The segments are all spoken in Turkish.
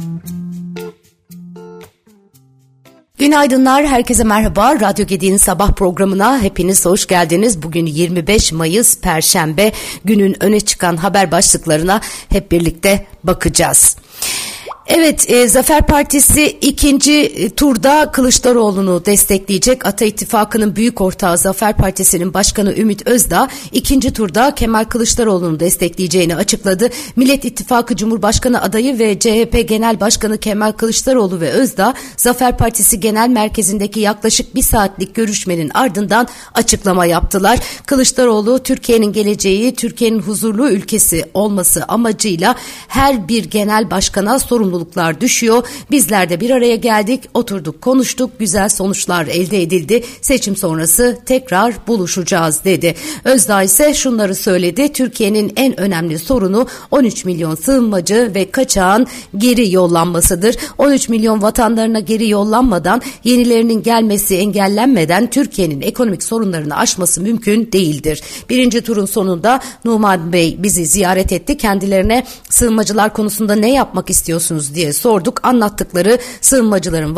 Günaydınlar, herkese merhaba. Radyo Gedi'nin sabah programına hepiniz hoş geldiniz. Bugün 25 Mayıs Perşembe, günün öne çıkan haber başlıklarına hep birlikte bakacağız. Evet, Zafer Partisi ikinci turda Kılıçdaroğlu'nu destekleyecek. Ata İttifakı'nın büyük ortağı Zafer Partisi'nin başkanı Ümit Özdağ ikinci turda Kemal Kılıçdaroğlu'nu destekleyeceğini açıkladı. Millet İttifakı Cumhurbaşkanı adayı ve CHP Genel Başkanı Kemal Kılıçdaroğlu ve Özdağ, Zafer Partisi Genel Merkezi'ndeki yaklaşık bir saatlik görüşmenin ardından açıklama yaptılar. Kılıçdaroğlu, Türkiye'nin geleceği, Türkiye'nin huzurlu ülkesi olması amacıyla her bir genel başkana sorumluluklar düşüyor. Bizler de bir araya geldik, oturduk, konuştuk, güzel sonuçlar elde edildi. Seçim sonrası tekrar buluşacağız dedi. Özdağ ise şunları söyledi. Türkiye'nin en önemli sorunu 13 milyon sığınmacı ve kaçağın geri yollanmasıdır. 13 milyon vatanlarına geri yollanmadan, yenilerinin gelmesi engellenmeden Türkiye'nin ekonomik sorunlarını aşması mümkün değildir. Birinci turun sonunda Numan Bey bizi ziyaret etti. Kendilerine sığınmacılar konusunda ne yapmak istiyorsunuz diye sorduk. Anlattıkları sığınmacıların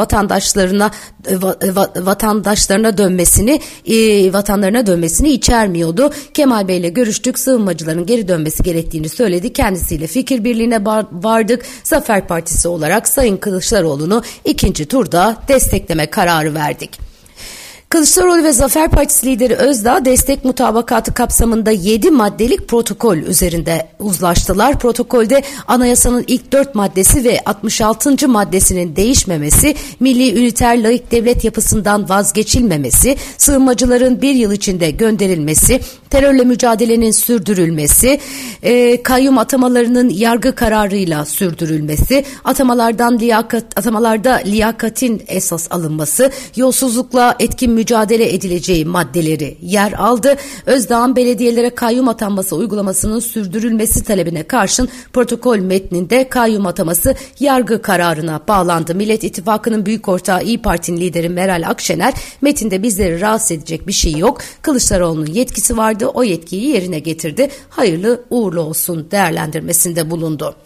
vatanlarına dönmesini içermiyordu. Kemal Bey ile görüştük. Sığınmacıların geri dönmesi gerektiğini söyledi. Kendisiyle fikir birliğine vardık. Zafer Partisi olarak Sayın Kılıçdaroğlu'nu ikinci turda destekleme kararı verdik. Kılıçdaroğlu ve Zafer Partisi lideri Özdağ, destek mutabakatı kapsamında 7 maddelik protokol üzerinde uzlaştılar. Protokolde anayasanın ilk 4 maddesi ve 66. maddesinin değişmemesi, milli üniter laik devlet yapısından vazgeçilmemesi, sığınmacıların bir yıl içinde gönderilmesi, terörle mücadelenin sürdürülmesi, kayyum atamalarının yargı kararıyla sürdürülmesi, atamalarda liyakatin esas alınması, yolsuzlukla etkin mücadele edileceği maddeleri yer aldı. Özdağ'ın belediyelere kayyum atanması uygulamasının sürdürülmesi talebine karşın protokol metninde kayyum ataması yargı kararına bağlandı. Millet İttifakı'nın büyük ortağı İYİ Parti'nin lideri Meral Akşener, metinde bizleri rahatsız edecek bir şey yok, Kılıçdaroğlu'nun yetkisi vardı, o yetkiyi yerine getirdi, hayırlı uğurlu olsun değerlendirmesinde bulundu.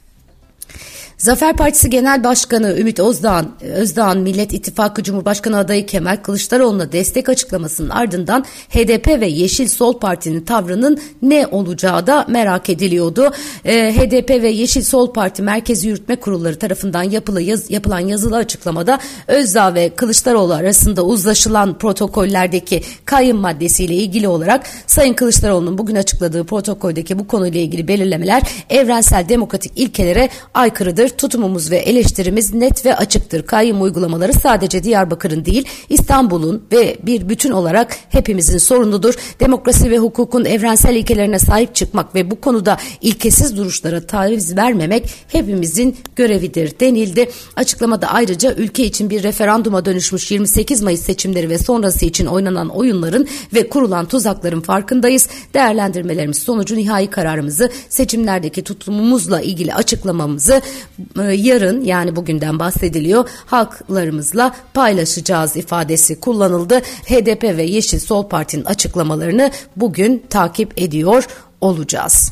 Zafer Partisi Genel Başkanı Ümit Özdağ'ın Millet İttifakı Cumhurbaşkanı adayı Kemal Kılıçdaroğlu'na destek açıklamasının ardından HDP ve Yeşil Sol Parti'nin tavrının ne olacağı da merak ediliyordu. HDP ve Yeşil Sol Parti Merkez Yürütme Kurulları tarafından yapılan yazılı açıklamada Özdağ ve Kılıçdaroğlu arasında uzlaşılan protokollerdeki kayyum maddesiyle ilgili olarak Sayın Kılıçdaroğlu'nun bugün açıkladığı protokoldeki bu konuyla ilgili belirlemeler evrensel demokratik ilkelere aykırıdır. Tutumumuz ve eleştirimiz net ve açıktır. Kayyum uygulamaları sadece Diyarbakır'ın değil, İstanbul'un ve bir bütün olarak hepimizin sorunudur. Demokrasi ve hukukun evrensel ilkelerine sahip çıkmak ve bu konuda ilkesiz duruşlara taviz vermemek hepimizin görevidir denildi. Açıklamada ayrıca ülke için bir referanduma dönüşmüş 28 Mayıs seçimleri ve sonrası için oynanan oyunların ve kurulan tuzakların farkındayız. Değerlendirmelerimiz sonucu nihai kararımızı, seçimlerdeki tutumumuzla ilgili açıklamamızı yarın, yani bugünden bahsediliyor, halklarımızla paylaşacağız ifadesi kullanıldı. HDP ve Yeşil Sol Parti'nin açıklamalarını bugün takip ediyor olacağız.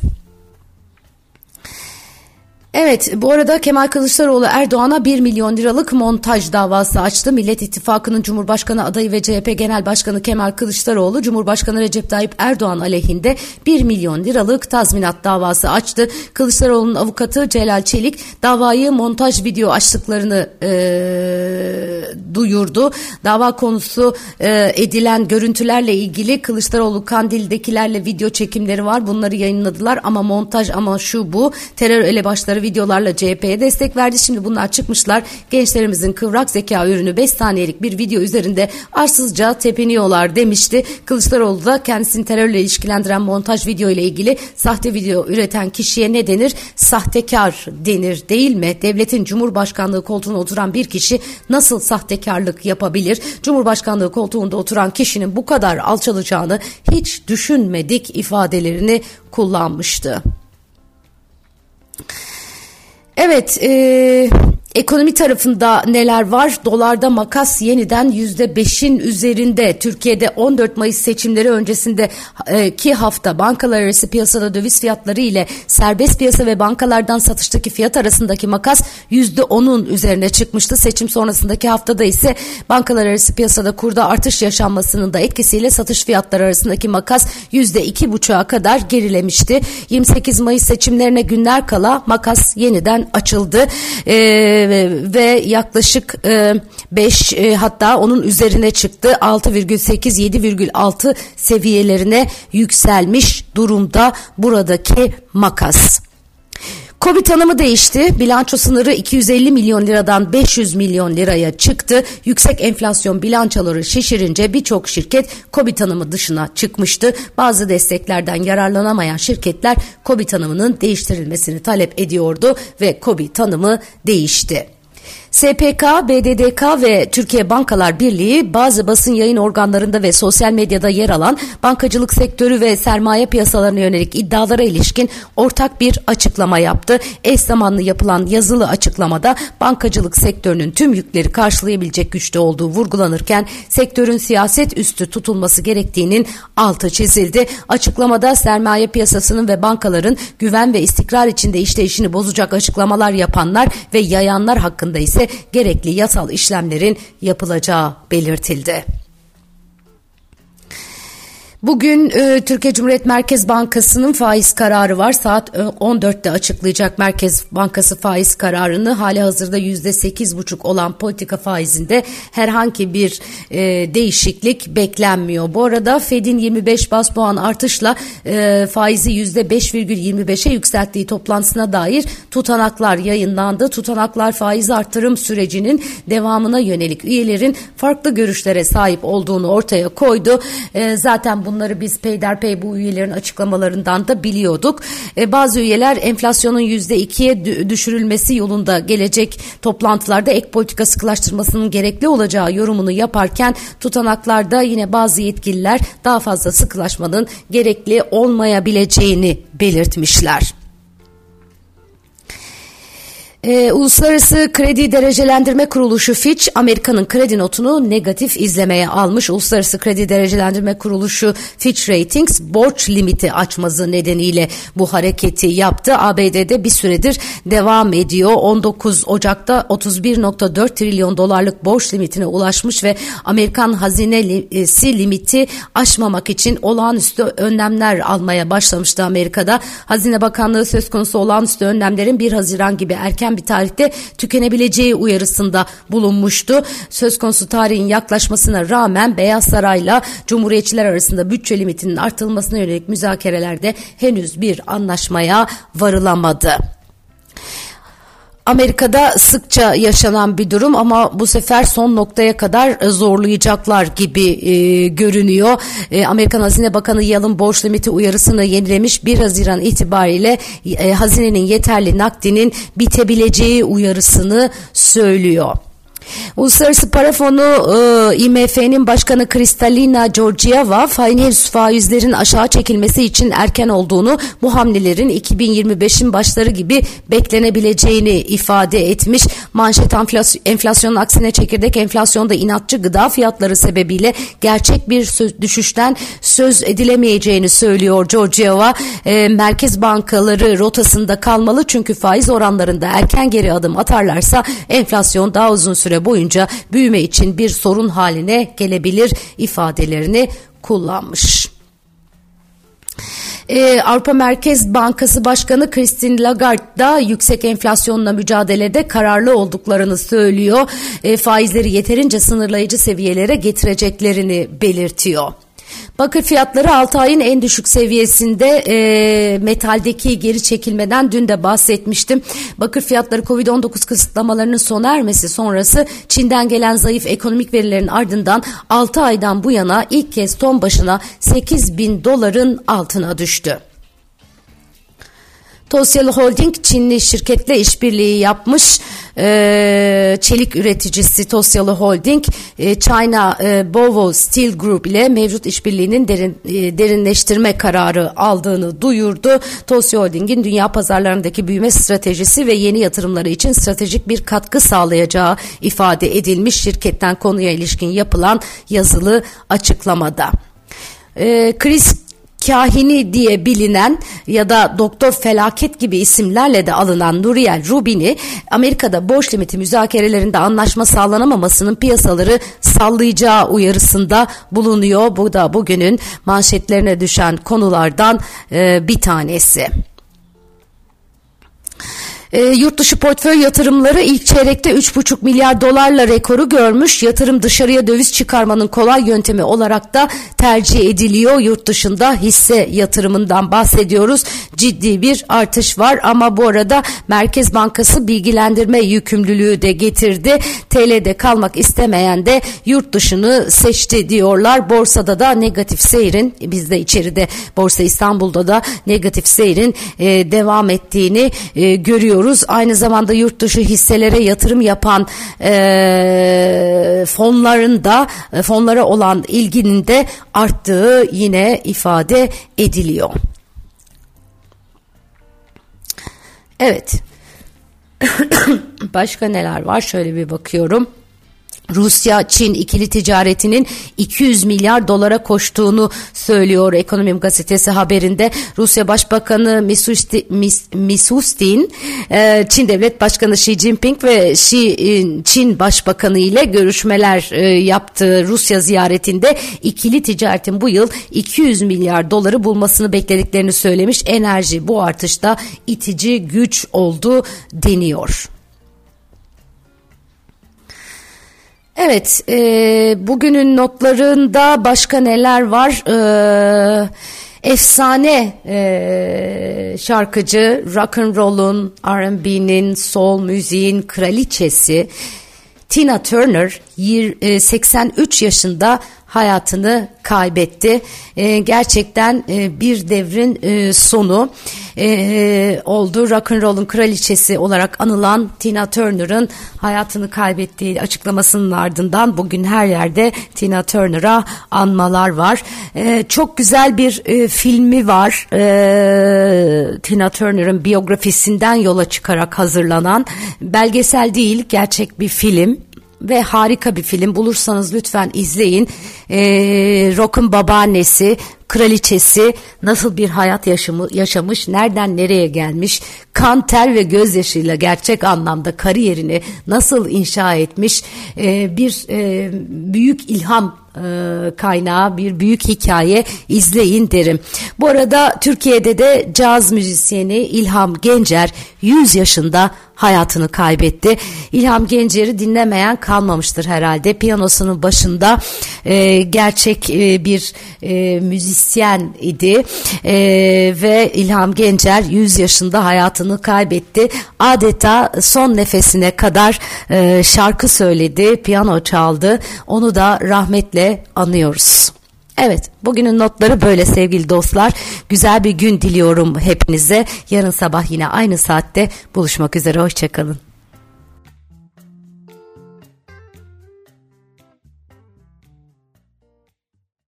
Evet, bu arada Kemal Kılıçdaroğlu Erdoğan'a 1 milyon liralık montaj davası açtı. Millet İttifakı'nın Cumhurbaşkanı adayı ve CHP Genel Başkanı Kemal Kılıçdaroğlu, Cumhurbaşkanı Recep Tayyip Erdoğan aleyhinde 1 milyon liralık tazminat davası açtı. Kılıçdaroğlu'nun avukatı Celal Çelik davayı montaj video açtıklarını duyurdu. Dava konusu edilen görüntülerle ilgili Kılıçdaroğlu Kandil'dekilerle video çekimleri var. Bunları yayınladılar ama montaj, ama şu bu terör elebaşları videolarla CHP'ye destek verdi. Şimdi bunlar çıkmışlar. Gençlerimizin kıvrak zeka ürünü 5 saniyelik bir video üzerinde arsızca tepiniyorlar demişti. Kılıçdaroğlu da kendisini terörle ilişkilendiren montaj video ile ilgili sahte video üreten kişiye ne denir? Sahtekar denir değil mi? Devletin Cumhurbaşkanlığı koltuğuna oturan bir kişi nasıl sahtekarlık yapabilir? Cumhurbaşkanlığı koltuğunda oturan kişinin bu kadar alçalacağını hiç düşünmedik ifadelerini kullanmıştı. Evet, Ekonomi tarafında neler var? Dolarda makas yeniden %5'in üzerinde. Türkiye'de 14 Mayıs seçimleri öncesindeki hafta bankalar arası piyasada döviz fiyatları ile serbest piyasa ve bankalardan satıştaki fiyat arasındaki makas %10'un üzerine çıkmıştı. Seçim sonrasındaki haftada ise bankalar arası piyasada kurda artış yaşanmasının da etkisiyle satış fiyatları arasındaki makas %2,5'a kadar gerilemişti. 28 Mayıs seçimlerine günler kala makas yeniden açıldı. Ve yaklaşık 5 hatta onun üzerine çıktı. 6,8 7,6 seviyelerine yükselmiş durumda buradaki makas. KOBİ tanımı değişti. Bilanço sınırı 250 milyon liradan 500 milyon liraya çıktı. Yüksek enflasyon bilançoları şişirince birçok şirket KOBİ tanımı dışına çıkmıştı. Bazı desteklerden yararlanamayan şirketler KOBİ tanımının değiştirilmesini talep ediyordu ve KOBİ tanımı değişti. SPK, BDDK ve Türkiye Bankalar Birliği bazı basın yayın organlarında ve sosyal medyada yer alan bankacılık sektörü ve sermaye piyasalarına yönelik iddialara ilişkin ortak bir açıklama yaptı. Eş zamanlı yapılan yazılı açıklamada bankacılık sektörünün tüm yükleri karşılayabilecek güçte olduğu vurgulanırken sektörün siyaset üstü tutulması gerektiğinin altı çizildi. Açıklamada sermaye piyasasının ve bankaların güven ve istikrar içinde işleyişini bozacak açıklamalar yapanlar ve yayanlar hakkında ise gerekli yasal işlemlerin yapılacağı belirtildi. Bugün Türkiye Cumhuriyet Merkez Bankası'nın faiz kararı var. Saat 14'te açıklayacak Merkez Bankası faiz kararını. Halihazırda %8,5 olan politika faizinde herhangi bir değişiklik beklenmiyor. Bu arada Fed'in 25 bas puan artışla faizi %5,25'e yükselttiği toplantısına dair tutanaklar yayınlandı. Tutanaklar faiz artırım sürecinin devamına yönelik üyelerin farklı görüşlere sahip olduğunu ortaya koydu. Zaten bunları biz peyderpey bu üyelerin açıklamalarından da biliyorduk. Bazı üyeler enflasyonun %2'ye düşürülmesi yolunda gelecek toplantılarda ek politika sıkılaştırmasının gerekli olacağı yorumunu yaparken tutanaklarda yine bazı yetkililer daha fazla sıkılaşmanın gerekli olmayabileceğini belirtmişler. Uluslararası Kredi Derecelendirme Kuruluşu Fitch, Amerika'nın kredi notunu negatif izlemeye almış. Uluslararası Kredi Derecelendirme Kuruluşu Fitch Ratings borç limiti açması nedeniyle bu hareketi yaptı. ABD'de bir süredir devam ediyor. 19 Ocak'ta 31,4 trilyon dolarlık borç limitine ulaşmış ve Amerikan hazinesi limiti aşmamak için olağanüstü önlemler almaya başlamıştı Amerika'da. Hazine Bakanlığı söz konusu olağanüstü önlemlerin 1 Haziran gibi erken bir tarihte tükenebileceği uyarısında bulunmuştu. Söz konusu tarihin yaklaşmasına rağmen Beyaz Saray'la Cumhuriyetçiler arasında bütçe limitinin artırılmasına yönelik müzakerelerde henüz bir anlaşmaya varılamadı. Amerika'da sıkça yaşanan bir durum ama bu sefer son noktaya kadar zorlayacaklar gibi görünüyor. Amerikan Hazine Bakanı Yalın borç limiti uyarısını yenilemiş, 1 Haziran itibariyle hazinenin yeterli nakdinin bitebileceği uyarısını söylüyor. Uluslararası Para Fonu IMF'nin başkanı Kristalina Georgieva henüz faizlerin aşağı çekilmesi için erken olduğunu, bu hamlelerin 2025'in başları gibi beklenebileceğini ifade etmiş. Manşet enflasyonun aksine çekirdek enflasyonda inatçı gıda fiyatları sebebiyle gerçek bir düşüşten söz edilemeyeceğini söylüyor Georgieva. Merkez bankaları rotasında kalmalı çünkü faiz oranlarında erken geri adım atarlarsa enflasyon daha uzun süre boyunca büyüme için bir sorun haline gelebilir ifadelerini kullanmış. Avrupa Merkez Bankası Başkanı Christine Lagarde da yüksek enflasyonla mücadelede kararlı olduklarını söylüyor. Faizleri yeterince sınırlayıcı seviyelere getireceklerini belirtiyor. Bakır fiyatları 6 ayın en düşük seviyesinde. Metaldeki geri çekilmeden dün de bahsetmiştim. Bakır fiyatları Covid-19 kısıtlamalarının sona ermesi sonrası Çin'den gelen zayıf ekonomik verilerin ardından 6 aydan bu yana ilk kez ton başına $8.000 altına düştü. Tosyal Holding Çinli şirketle işbirliği yapmış. Çelik üreticisi Tosyal Holding, China Bowo Steel Group ile mevcut işbirliğinin derinleştirme kararı aldığını duyurdu. Tosyal Holding'in dünya pazarlarındaki büyüme stratejisi ve yeni yatırımları için stratejik bir katkı sağlayacağı ifade edilmiş şirketten konuya ilişkin yapılan yazılı açıklamada. Chris Kahini diye bilinen ya da Doktor Felaket gibi isimlerle de alınan Nouriel Roubini, Amerika'da borç limiti müzakerelerinde anlaşma sağlanamamasının piyasaları sallayacağı uyarısında bulunuyor. Bu da bugünün manşetlerine düşen konulardan bir tanesi. Yurt dışı portföy yatırımları ilk çeyrekte 3,5 milyar dolarla rekoru görmüş. Yatırım dışarıya döviz çıkarmanın kolay yöntemi olarak da tercih ediliyor. Yurt dışında hisse yatırımından bahsediyoruz. Ciddi bir artış var ama bu arada Merkez Bankası bilgilendirme yükümlülüğü de getirdi. TL'de kalmak istemeyen de yurt dışını seçti diyorlar. Borsada da negatif seyrin, bizde içeride Borsa İstanbul'da da negatif seyrin devam ettiğini görüyoruz. Aynı zamanda yurt dışı hisselere yatırım yapan fonlara olan ilginin de arttığı yine ifade ediliyor. Evet. Başka neler var? Şöyle bir bakıyorum. Rusya-Çin ikili ticaretinin 200 milyar dolara koştuğunu söylüyor Ekonomim gazetesi haberinde. Rusya Başbakanı Mishustin, Çin Devlet Başkanı Xi Jinping ve Çin Başbakanı ile görüşmeler yaptığı Rusya ziyaretinde ikili ticaretin bu yıl 200 milyar doları bulmasını beklediklerini söylemiş. Enerji bu artışta itici güç oldu deniyor. Evet, bugünün notlarında başka neler var? Efsane şarkıcı, rock and roll'un, R&B'nin, soul müziğin kraliçesi Tina Turner 83 yaşında hayatını kaybetti. Gerçekten bir devrin sonu oldu. Rock and roll'un kraliçesi olarak anılan Tina Turner'ın hayatını kaybettiği açıklamasının ardından bugün her yerde Tina Turner'a anmalar var. Çok güzel bir filmi var. Tina Turner'ın biyografisinden yola çıkarak hazırlanan, belgesel değil, gerçek bir film. Ve harika bir film, bulursanız lütfen izleyin. Rock'un babaannesi, kraliçesi nasıl bir hayat yaşamış, nereden nereye gelmiş, kan, ter ve gözyaşıyla gerçek anlamda kariyerini nasıl inşa etmiş, bir büyük ilham kaynağı, bir büyük hikaye, izleyin derim. Bu arada Türkiye'de de caz müzisyeni İlham Gencer 100 yaşında hayatını kaybetti. İlham Gencer'i dinlemeyen kalmamıştır herhalde. Piyanosunun başında gerçek bir müzisyen idi ve İlham Gencer 100 yaşında hayatını kaybetti. Adeta son nefesine kadar şarkı söyledi, piyano çaldı. Onu da rahmetle anıyoruz. Evet, bugünün notları böyle sevgili dostlar. Güzel bir gün diliyorum hepinize. Yarın sabah yine aynı saatte buluşmak üzere. Hoşça kalın.